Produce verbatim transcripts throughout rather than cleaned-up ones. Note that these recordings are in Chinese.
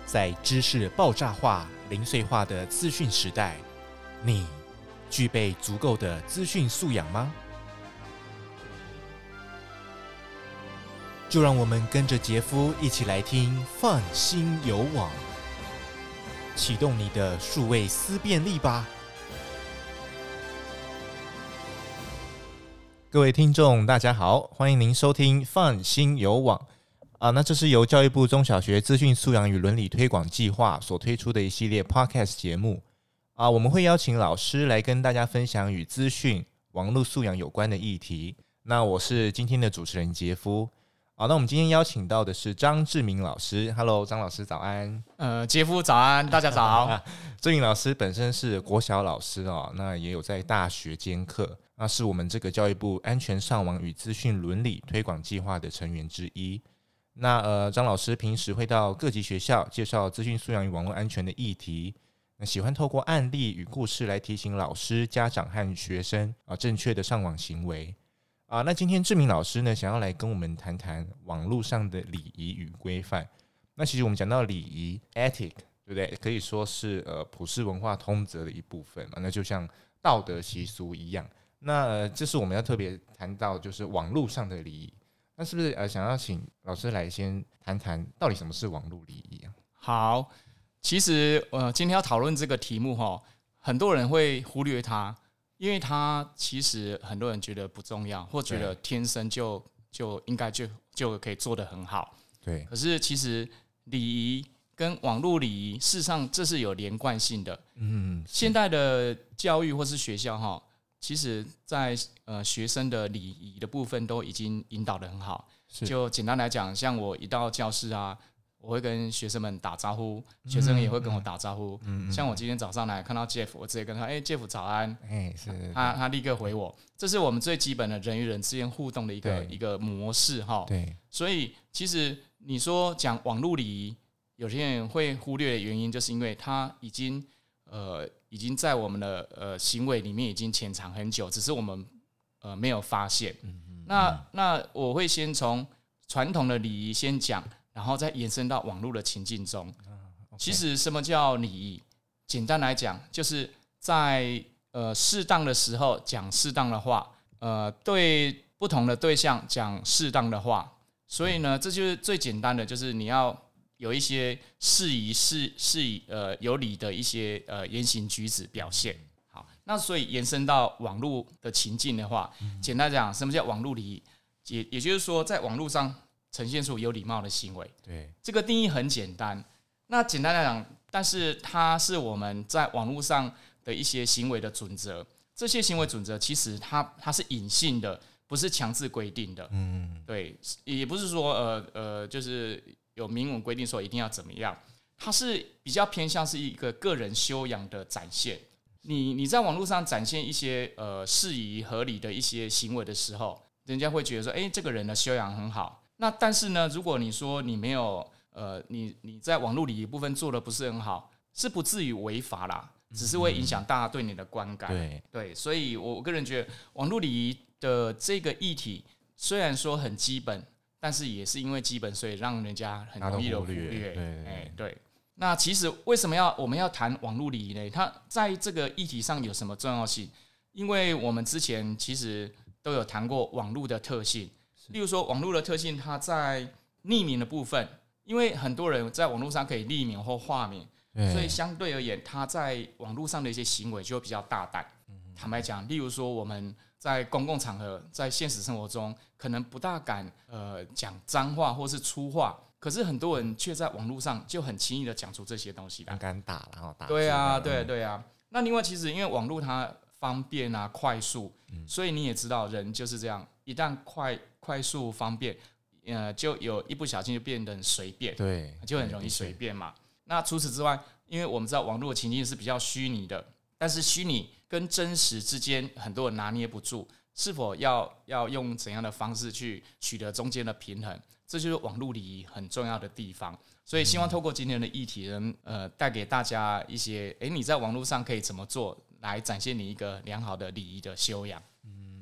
在知识爆炸化、零碎化的资讯时代，你具备足够的资讯素养吗？就让我们跟着杰夫一起来听泛星有网，启动你的数位思辨力吧。各位听众大家好，欢迎您收听泛星有网啊，那这是由教育部中小学资讯素养与伦理推广计划所推出的一系列 podcast 节目啊，我们会邀请老师来跟大家分享与资讯网络素养有关的议题。那我是今天的主持人杰夫。好，那我们今天邀请到的是张志明老师。Hello， 张老师早安。 呃，杰夫早安，大家早。 志明老师本身是国小老师哦，那也有在大学兼课，那是我们这个教育部安全上网与资讯伦理推广计划的成员之一。那呃，张老师平时会到各级学校介绍资讯素养与网络安全的议题，那喜欢透过案例与故事来提醒老师、家长和学生啊正确的上网行为。啊，那今天志明老师呢，想要来跟我们谈谈网络上的礼仪与规范。那其实我们讲到礼仪 ethic， 对不对？可以说是呃普世文化通则的一部分嘛。那就像道德习俗一样。那呃，这是我们要特别谈到，就是网络上的礼仪。那是不是呃想要请老师来先谈谈，到底什么是网络礼仪啊？ 好，其实呃今天要讨论这个题目哈，很多人会忽略它。因为它其实很多人觉得不重要，或觉得天生就就应该就就可以做得很好。 对。 可是其实礼仪跟网络礼仪，事实上这是有连贯性的。嗯。现代的教育或是学校哈，其实在呃学生的礼仪的部分都已经引导得很好。就简单来讲，像我一到教室啊，我会跟学生们打招呼，学生也会跟我打招呼。嗯嗯、像我今天早上来看到 Jeff， 我直接跟他，哎、欸、，Jeff 早安。哎、欸，是, 是他他立刻回我，这是我们最基本的人与人之间互动的一个一个模式哈。对，所以其实你说讲网络礼仪，有些人会忽略的原因，就是因为他已经呃已经在我们的呃行为里面已经潜藏很久，只是我们呃没有发现。嗯嗯、那那我会先从传统的礼仪先讲。然后再延伸到网络的情境中。其实什么叫礼仪？简单来讲，就是在呃适当的时候讲适当的话，呃对不同的对象讲适当的话。所以呢，这就是最简单的，就是你要有一些适宜、适适宜呃有礼的一些呃言行举止表现。好，那所以延伸到网络的情境的话，简单讲，什么叫网络礼仪？也也就是说，在网络上呈现出有礼貌的行为。对，这个定义很简单。那简单来讲，但是它是我们在网络上的一些行为的准则。这些行为准则其实它它是隐性的，不是强制规定的。嗯，对，也不是说呃呃，就是有明文规定说一定要怎么样。它是比较偏向是一个个人修养的展现。你你在网络上展现一些呃适宜合理的一些行为的时候，人家会觉得说，哎、欸，这个人的修养很好。那但是呢，如果你说你没有呃，你你在网络礼仪部分做的不是很好，是不至于违法啦，只是会影响大家对你的观感。对对，所以我个人觉得网络礼仪的这个议题虽然说很基本，但是也是因为基本，所以让人家很容易的忽略。对哎对。那其实为什么要我们要谈网络礼仪呢？它在这个议题上有什么重要性？因为我们之前其实都有谈过网络的特性。例如说，网络的特性，它在匿名的部分，因为很多人在网络上可以匿名或化名，所以相对而言，他在网络上的一些行为就会比较大胆。坦白讲，例如说我们在公共场合，在现实生活中，可能不大敢呃讲脏话或是粗话，可是很多人却在网络上就很轻易的讲出这些东西来， 敢打然后打。 对啊，对对啊。那另外，其实因为网络它方便啊、快速，所以你也知道，人就是这样，一旦快。快速方便，呃，就有一不小心就变得很随便，对，就很容易随便嘛。那除此之外，因为我们知道网络的情境是比较虚拟的，但是虚拟跟真实之间，很多人拿捏不住，是否要要用怎样的方式去取得中间的平衡，这就是网络礼仪很重要的地方。所以希望透过今天的议题呢，呃，带给大家一些，哎，你在网络上可以怎么做，来展现你一个良好的礼仪的修养。 嗯，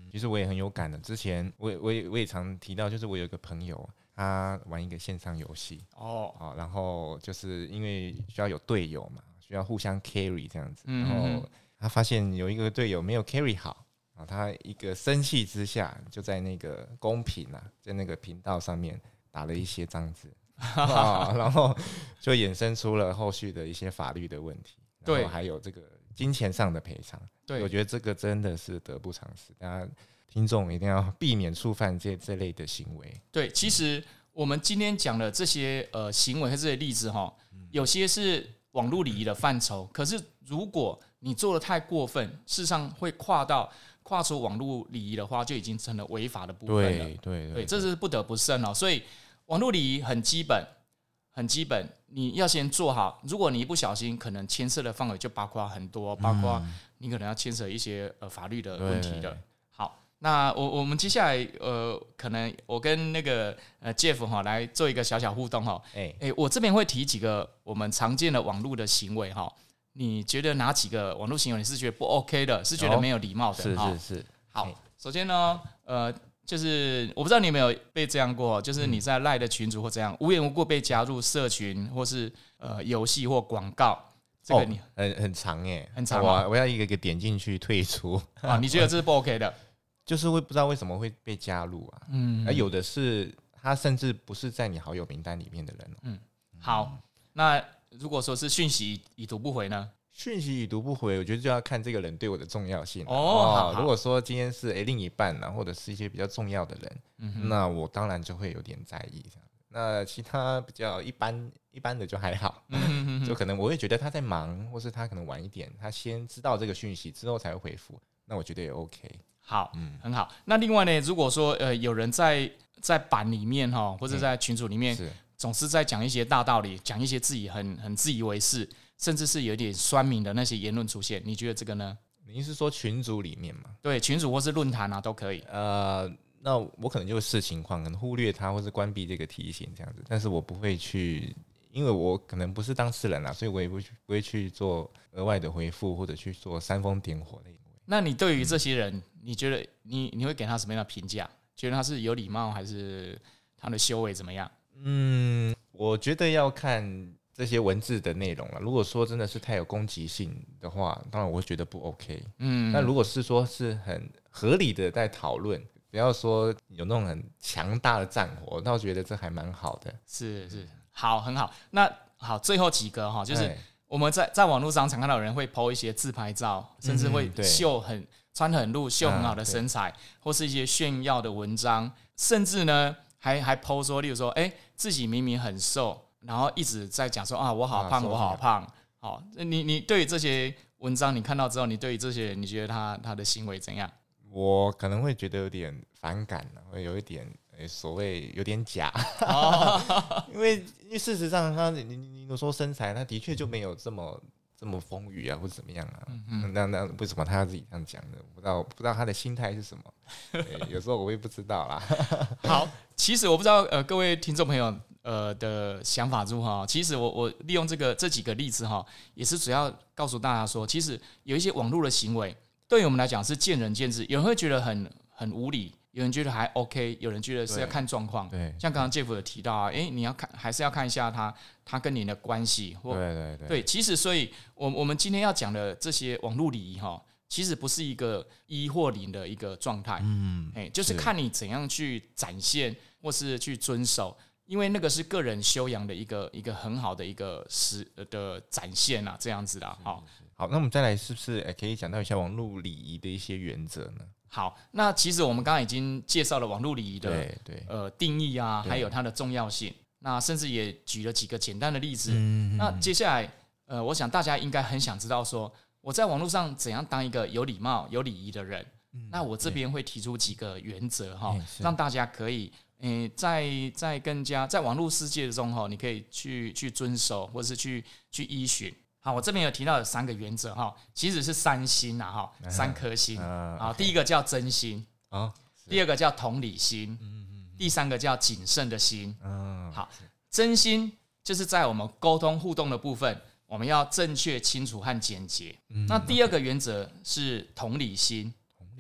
其实我也很有感的。之前我也我也我也常提到，就是我有一个朋友，他玩一个线上游戏哦，哦，然后就是因为需要有队友嘛，需要互相 carry 这样子，然后他发现有一个队友没有 carry 好，然后他一个生气之下，就在那个公屏啊，在那个频道上面打了一些脏字，啊，然后就衍生出了后续的一些法律的问题，然后还有这个金钱上的赔偿。对，我觉得这个真的是得不偿失，大家听众一定要避免触犯这这类的行为。 对，其实我们今天讲的这些呃行为和这些例子哈，有些是网络礼仪的范畴，可是如果你做的太过分，事实上会跨到跨出网络礼仪的话，就已经成了违法的部分了。对对 对, 对，这是不得不慎哦。所以网络礼仪很基本，很基本，你要先做好。如果你一不小心，可能牵涉的范围就包括很多，包括你可能要牵涉一些呃法律的问题的。好，那我我们接下来呃，可能我跟那个呃 Jeff 哈来做一个小小互动哈。哎、欸欸、我这边会提几个我们常见的网络的行为哈。你觉得哪几个网络行为你是觉得不 OK 的，是觉得没有礼貌的？ 是是是。 好，首先呢，呃。就是我不知道你有没有被这样过，就是你在 LINE 的群组或这样无缘无故被加入社群或是呃游戏或广告，这个你、 哦、很很长耶， 很长、 啊，我我要一个一个点进去退出啊，你觉得这是不 OK 的？ 就是会不知道为什么会被加入啊，嗯，而有的是他甚至不是在你好友名单里面的人、喔， 嗯，好，那如果说是讯息已读不回呢？ 讯息已读不回，我觉得就要看这个人对我的重要性、啊、 哦。哦如果说今天是、欸、另一半啊，或者是一些比较重要的人，嗯、那我当然就会有点在意这样。那其他比较一般一般的就还好，嗯、就可能我会觉得他在忙，或是他可能晚一点，他先知道这个讯息之后才会回复，那我觉得也 OK。 好，嗯，很好。那另外呢，如果说呃有人在在版里面哈，或者在群组里面，嗯、总是在讲一些大道理，讲一些自己很很自以为是。甚至是有点酸民的那些言论出现，你觉得这个呢？ 您是说群组里面吗？ 对，群组或是论坛啊都可以。 呃，那我可能就会视情况，可能忽略它或是关闭这个提醒这样子，但是我不会去，因为我可能不是当事人啦，所以我也不不会去做额外的回复或者去做煽风点火的。 那你对于这些人，嗯、你觉得你你会给他什么样的评价？觉得他是有礼貌，还是他的修为怎么样？ 嗯，我觉得要看这些文字的内容了。如果说真的是太有攻击性的话，当然我会觉得不 OK。嗯，那如果是说是很合理的在讨论，不要说有那种很强大的战火，那我觉得这还蛮好的。 是是，好，很好。那好，最后几个哈，就是我们在在网络上常看到有人会 po 一些自拍照，甚至会秀很、嗯、穿很露、秀很好的身材，啊、或是一些炫耀的文章，甚至呢还还 po 说，例如说，哎、欸，自己明明很瘦。然后一直在讲说啊，我好胖，啊、我好胖。好，你你对于这些文章你看到之后，你对于这些人，你觉得他他的行为怎样？ 我可能会觉得有点反感，会有一点、欸、所谓有点假， 哦、 因为因为事实上他你你你说身材，他的确就没有这么这么丰腴啊，或者怎么样啊？嗯、那那为什么他要自己这样讲呢？不知道不知道他的心态是什么？欸、有时候我也不知道啦。 好，其实我不知道呃各位听众朋友。呃的想法如何？其实我我利用这个这几个例子哈，也是主要告诉大家说，其实有一些网络的行为，对于我们来讲是见仁见智。有人会觉得很很无理，有人觉得还 OK， 有人觉得是要看状况。对，像刚刚 Jeff 有提到啊，哎、欸，你要看还是要看一下他他跟你的关系。 对对对。 对，其实所以我我们今天要讲的这些网络礼仪哈，其实不是一个一或零的一个状态。嗯，哎、欸，就是看你怎样去展现或是去遵守。因为那个是个人修养的一个一个很好的一个实的展现啊，这样子啦。好， 好，那我们再来是不是可以讲到一下网络礼仪的一些原则呢？ 好，那其实我们刚刚已经介绍了网络礼仪的对对呃定义啊，还有它的重要性。那甚至也举了几个简单的例子。嗯、那接下来呃，我想大家应该很想知道说，我在网络上怎样当一个有礼貌、有礼仪的人？嗯、那我这边会提出几个原则哈，让大家可以。诶，在在更加在网络世界中哈，你可以去去遵守，或者是去去依循。好，我这边有提到有三个原则哈，其实是三心呐哈，三颗心。好，第一个叫真心，第二个叫同理心，第三个叫谨慎的心。好，真心就是在我们沟通互动的部分，我们要正确、清楚和简洁。那第二个原则是同理心。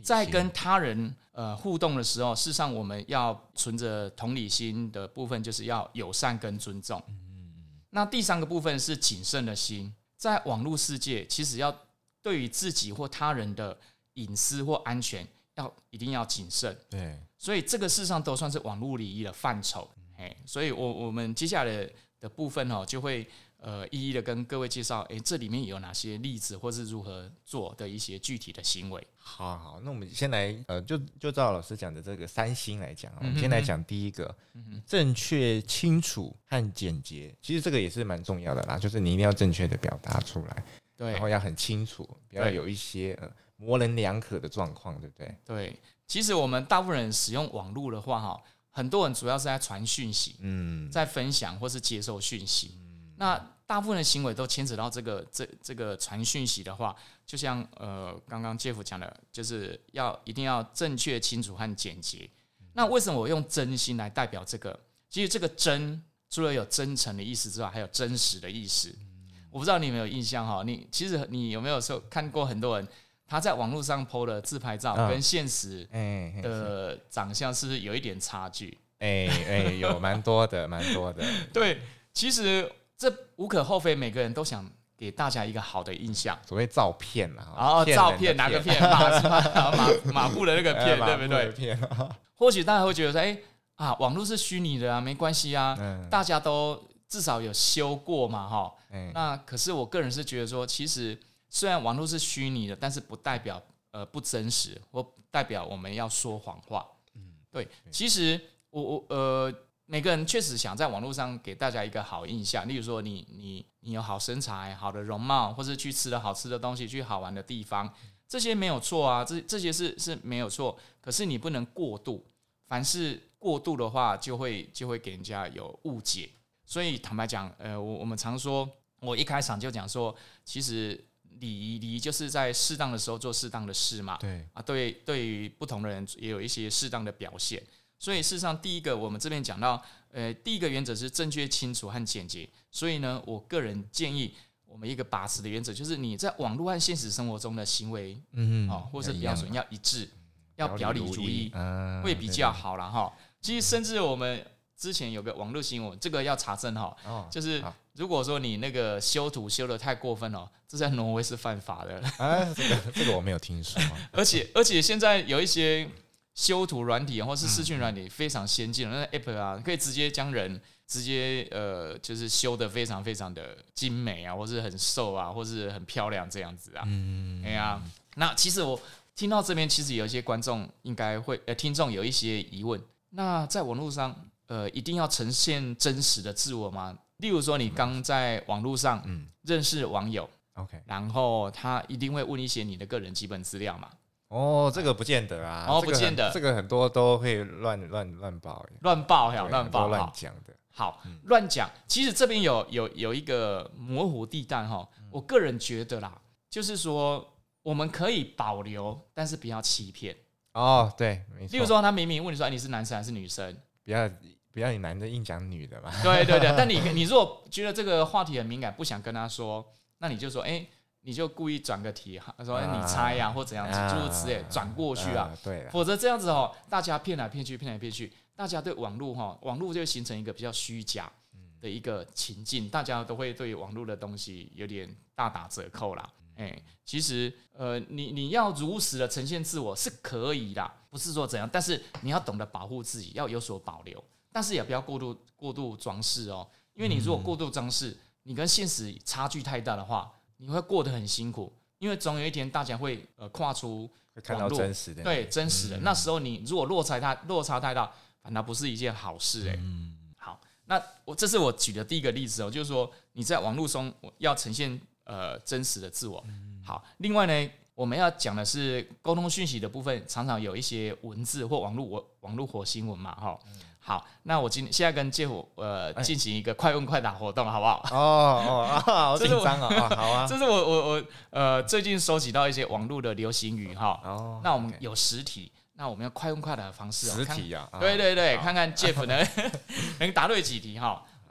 在跟他人呃互动的时候，事实上我们要存着同理心的部分，就是要友善跟尊重。嗯、那第三个部分是谨慎的心，在网络世界，其实要对于自己或他人的隐私或安全，要一定要谨慎。 对， 所以这个事实上都算是网络礼仪的范畴。嗯、所以我我们接下来的部分哦，就会。呃，一一的跟各位介绍，哎，这里面有哪些例子，或是如何做的一些具体的行为。 好好，那我们先来，呃，就就照老师讲的这个三星来讲，我们先来讲第一个，嗯、正确、清楚和简洁。其实这个也是蛮重要的啦，就是你一定要正确的表达出来， 对， 然后要很清楚，不要有一些呃模棱两可的状况，对不对？ 对，其实我们大部分人使用网络的话，哈，很多人主要是在传讯息，嗯，在分享或是接受讯息。嗯那大部分的行为都牵扯到这个这这个传讯息的话，就像呃刚刚 Jeff 讲的，就是要一定要正确、清楚和简洁。那为什么我用真心来代表这个？其实这个真除了有真诚的意思之外，还有真实的意思。我不知道你有没有印象哈？你其实你有没有说看过很多人他在网络上 po 的自拍照，跟现实的长相是不是有一点差距？ 哎哎，有蛮多的，蛮多的。 对，其实。这无可厚非，每个人都想给大家一个好的印象。 所谓照片嘛， 哦，照片哪个片？马马马步的那个片，对不对？ 片或许大家会觉得说，哎啊，网络是虚拟的啊，没关系啊，嗯、大家都至少有修过嘛，哈。嗯、那可是我个人是觉得说，其实虽然网络是虚拟的，但是不代表呃不真实，或代表我们要说谎话。嗯，对，其实我我呃。每个人确实想在网络上给大家一个好印象，例如说你你你有好身材、好的容貌，或是去吃了好吃的东西、去好玩的地方，这些没有错啊，这这些是是没有错。可是你不能过度，凡是过度的话，就会就会给人家有误解。所以坦白讲，呃，我我们常说，我一开场就讲说，其实礼仪礼仪就是在适当的时候做适当的事嘛。 对啊，对，对于不同的人也有一些适当的表现。所以事实上，第一个我们这边讲到，呃，第一个原则是正确、清楚和简洁。所以呢，我个人建议我们一个把持的原则，就是你在网络和现实生活中的行为，嗯哦，或是标准要一致，要表里如一，嗯、会比较好啦哈。其实甚至我们之前有个网络新闻，这个要查证哈，哦、就是如果说你那个修图修得太过分哦，这在挪威是犯法的。 啊，这个这个我没有听说。 而且而且现在有一些。修图软体或是视讯软体非常先进的那 app 啊，可以直接将人直接呃，就是修得非常非常的精美啊，或是很瘦啊，或是很漂亮这样子啊。嗯，哎呀、啊，那其实我听到这边，其实有一些观众应该会呃，听众有一些疑问。那在网络上，呃，一定要呈现真实的自我吗？例如说，你刚在网络上认识网友、嗯、，OK， 然后他一定会问一些你的个人基本资料嘛？ 哦，这个不见得啊， 哦，不见得， 这个很多都会乱乱乱报， 乱报呀，乱报， 乱讲的。 好，乱讲。其实这边有有有一个模糊地带哈，我个人觉得啦，就是说我们可以保留，但是不要欺骗。 哦，对，没错。 例如说，他明明问你说你是男生还是女生， 不要不要你男的硬讲女的嘛。 对对对，但你你如果觉得这个话题很敏感，不想跟他说，那你就说，哎、欸。你就故意转个题，说你猜呀、啊，或怎样子，诸如此类，转过去啊。 啊对， 否则这样子哦，大家骗来骗去，骗来骗去，大家对网络哈，网络就会形成一个比较虚假的一个情境，大家都会对网络的东西有点大打折扣啦。哎、欸，其实呃，你你要如实的呈现自我是可以的，不是说怎样，但是你要懂得保护自己，要有所保留，但是也不要过度过度装饰哦，因为你如果过度装饰，你跟现实差距太大的话。你会过得很辛苦，因为总有一天大家会呃跨出看到真实的， 对真实的、嗯。那时候你如果落差太落差太大，反而不是一件好事哎、欸。嗯，好，那我这是我举的第一个例子哦，就是说你在网络中要呈现呃真实的自我。嗯、好，另外呢，我们要讲的是沟通讯息的部分，常常有一些文字或网络网络活新闻嘛，哈。嗯好，那我今现在跟介虎呃进行一个快问快答活动，好不好？ 哦哦，好紧张哦，好啊。 这是我我我呃最近收集到一些网络的流行语哈。哦。那我们有实体，那我们要快问快答的方式。 实体啊。 对对对，看看 Jeff 能能答对几题哈。啊，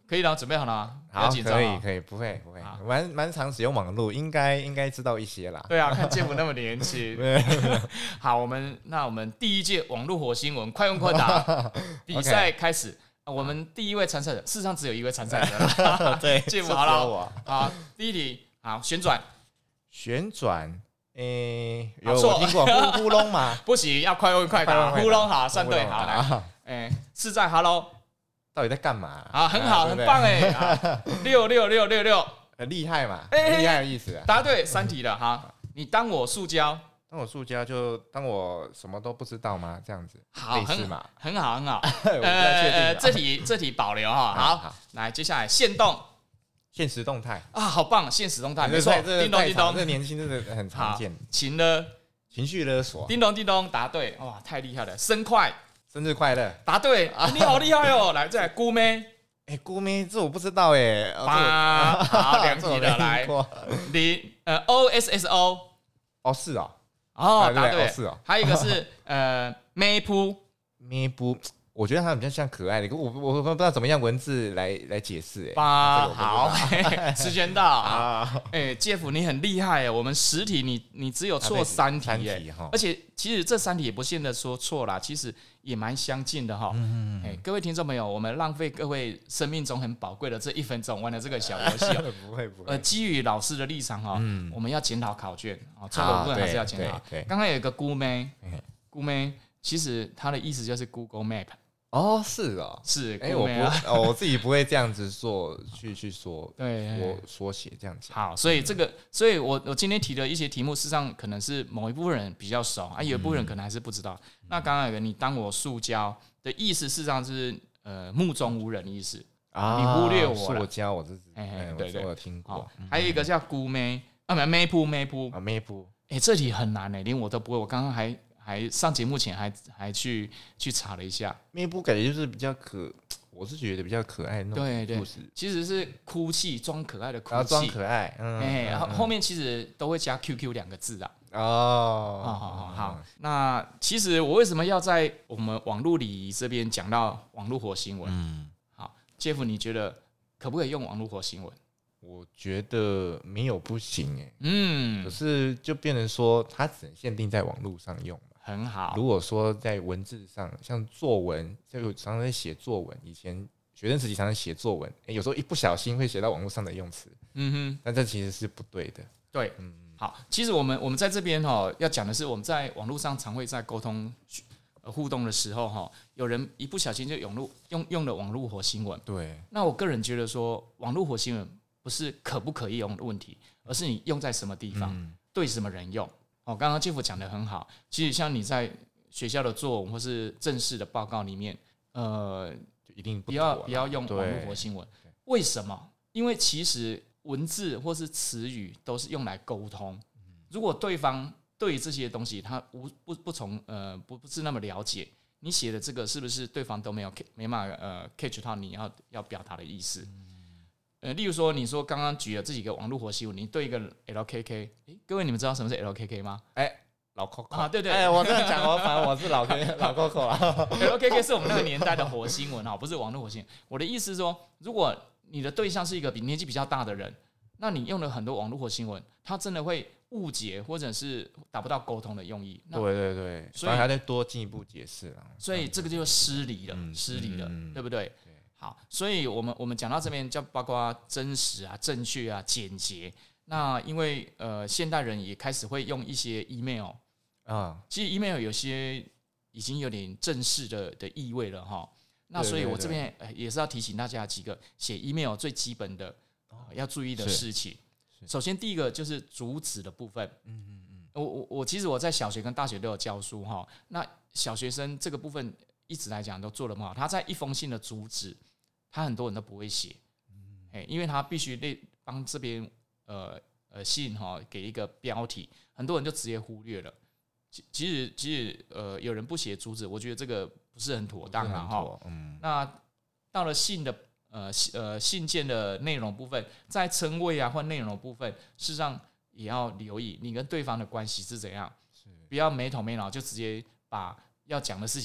可以了，准备好了吗？ 好， 紧张可以可以，不会不会，蛮蛮常使用网络，应该应该知道一些啦。 对啊，看建甫那么年轻。好，我们那我们第一届网络火星文快问快答比赛开始。我们第一位参赛者，事实上只有一位参赛者。 对， 建甫好了，好，第一题，好，旋转， 旋转，诶，有我听过呼呼隆嘛？ 不行，要快问快答，呼隆好，算对，好来，诶，是在 Hello。 到底在干嘛？ 好，很好，很棒哎！六六六六六， 很厉害嘛？厉害的意思。 答对三题了哈。你当我塑胶， 当我塑胶就当我什么都不知道吗？这样子， 好， 类似嘛？ 很好，很好。 我不太确定。 这题这题保留哈。好，来，接下来限动， 现实动态啊，好棒，现实动态，没错。叮咚叮咚， 这年轻真的很常见。 情勒， 情绪勒索。 叮咚叮咚，答对，哇，太厉害了。生快， 生日快乐， 答对，你好厉害哦。来，再来姑妹。 哎，姑妹，这我不知道哎。 八，好，两题的来。零，呃 ，O S S O， 哦是哦， 哦，答对， 是哦。 还有一个是呃，咩噗， 咩噗，我觉得它比较像可爱的，我我我不知道怎么样文字来来解释哎。 八，好，时间到啊。哎，介甫你很厉害哎，我们十题你你只有错三题哎，而且其实这三题也不见得说错啦，其实也蛮相近的哈。嗯嗯。哎，各位听众朋友，我们浪费各位生命中很宝贵的这一分钟玩的这个小游戏哦。 不会不会。 呃，基于老师的立场哈，我们要检讨考卷啊，错的部分还是要检讨。刚刚有一个姑妹，姑妹，其实它的意思就是 Google Map。 哦，是哦， 是， 哎，我不，哦，我自己不会这样子做，去去说， 对， 我缩写这样子。 好，所以这个，所以我我今天提的一些题目，事实上可能是某一部分人比较熟啊，有一部分人可能还是不知道。那刚刚有个你当我塑胶的意思，事实上是呃目中无人的意思啊，你忽略我了。 塑胶，我这是， 哎，对对， 我有听过。 还有一个叫姑妹啊，没妹铺妹铺啊妹铺， 哎，这题很难哎，连我都不会。我刚刚还。还上节目前还还去去查了一下， 咩噗感觉就是比较可，我是觉得比较可爱那种故事， 其实是哭泣装可爱的哭泣， 装可爱，哎、 嗯欸，然后后面其实都会加 Q Q 两个字啊。 哦， 好好好好，那其实我为什么要在我们网络礼仪这边讲到网络火星文？嗯，好，杰夫，你觉得可不可以用网络火星文？ 我觉得没有不行哎， 嗯， 可是就变成说它只能限定在网络上用。 很好。 如果说在文字上，像作文，就常常在写作文，以前学生时期常常写作文，欸，有时候一不小心会写到网络上的用词，嗯哼，但这其实是不对的。 对，嗯，好，其实我们我们在这边哈，要讲的是我们在网络上常会在沟通互动的时候哈，有人一不小心就涌入用用了网络火星文。 对， 那我个人觉得说，网络火星文不是可不可以用的问题，而是你用在什么地方，嗯，对什么人用。哦，刚刚杰夫讲的很好。其实像你在学校的作文或是正式的报告里面，呃， 就一定不要不要用网络火星文？为什么？因为其实文字或是词语都是用来沟通。如果对方对于这些东西他无不不从呃不不是那么了解，你写的这个是不是对方都没有没办法呃 catch 到你要要表达的意思？呃，例如说，你说刚刚举了这几个网络火星文，你对一个 L K K， 欸，各位你们知道什么是 L K K 吗？ 哎，欸，老 Coco 啊，对对， 哎，欸，我这样讲，我反正我是老 K 老 Coco 啊。 L K K 是我们那个年代的火星文啊，不是网络火星文。我的意思是说，如果你的对象是一个比年纪比较大的人，那你用了很多网络火星文，他真的会误解或者是达不到沟通的用意。 对对对，所以还得多进一步解释了。 所以这个就失礼了，嗯，失礼了，嗯，对不对？好，所以我们我们讲到这边，就包括真实啊、正确啊、简洁。那因为呃，现代人也开始会用一些 email 啊，其实 email 有些已经有点正式的的意味了哈。那所以我这边也是要提醒大家几个写 email 最基本的，呃，要注意的事情。首先第一个就是主旨的部分。嗯嗯嗯。我我我其实我在小学跟大学都有教书哈。那小学生这个部分一直来讲都做得很好。他在一封信的主旨，他很多人都不会写，嗯，因为他必须得帮这边呃呃信哈给一个标题，很多人就直接忽略了。其实其实呃有人不写主旨，我觉得这个不是很妥当啦哈。嗯，那到了信的呃呃信件的内容部分，在称谓啊或内容的部分，事实上也要留意你跟对方的关系是怎样，不要没头没脑就直接把要讲的事情已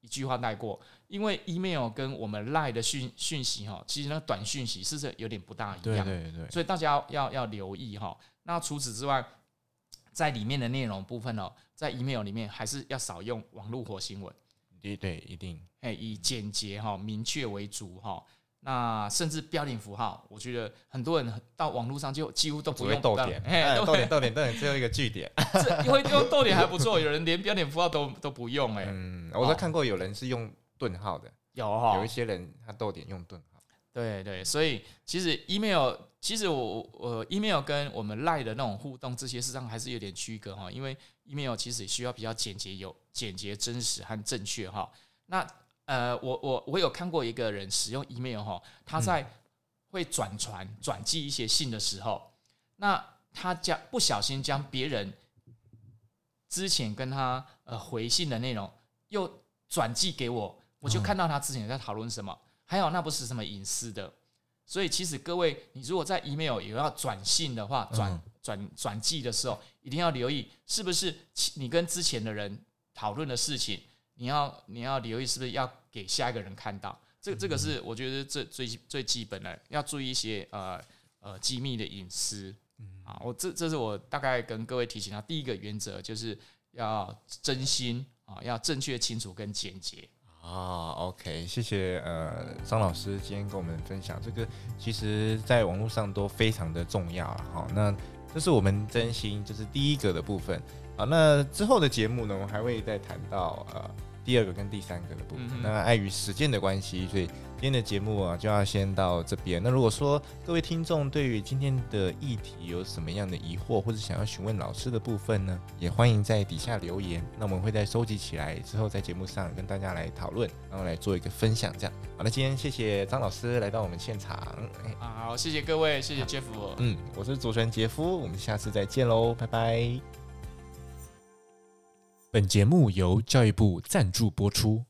一句话带过，因为 email 跟我们 LINE 的讯讯息哈，其实那个短讯息是有点不大一样， 对对对， 所以大家要要要留意哈。那除此之外，在里面的内容部分哦，在 email 里面还是要少用网络活新闻， 对对，一定， 哎，以简洁哈、明确为主哈。那甚至标点符号，我觉得很多人到网络上就几乎都不用逗点，哎，逗点逗点逗点，最后一个句点， 因为用逗点还不错，有人连标点符号都都不用哎、欸。 嗯，我都看过有人是用顿号的， 有哈， 有一些人他逗点用顿号。 对对，所以其实 email， 其实我我 email 跟我们 LINE 的那种互动，这些事实上还是有点区隔哈，因为 email 其实也需要比较简洁、有简洁、真实和正确哈。那呃，我我我有看过一个人使用 email 哈，他在会转传、转寄一些信的时候，那他将不小心将别人之前跟他呃回信的内容又转寄给我，我就看到他之前在讨论什么，还好那不是什么隐私的，所以其实各位，你如果在 email 有要转信的话，转转转寄的时候，一定要留意是不是你跟之前的人讨论的事情。你要你要留意是不是要给下一个人看到，这个这个是我觉得这最最基本的，要注意一些呃呃机密的隐私。啊，我这这是我大概跟各位提醒到第一个原则，就是要真心啊，要正确、清楚跟简洁。 啊 ，OK， 谢谢呃张老师今天跟我们分享这个，其实在网络上都非常的重要了。好，那这是我们真心，就是第一个的部分。好，那之后的节目呢，我们还会再谈到呃第二个跟第三个的部分。嗯、那碍于时间的关系，所以今天的节目啊就要先到这边。那如果说各位听众对于今天的议题有什么样的疑惑，或者想要询问老师的部分呢，也欢迎在底下留言。那我们会再收集起来之后，在节目上跟大家来讨论，然后来做一个分享。这样好，那今天谢谢张老师来到我们现场。 啊，好，谢谢各位，谢谢 Jeff。 嗯，我是主持人杰夫，我们下次再见喽，拜拜。本节目由教育部赞助播出。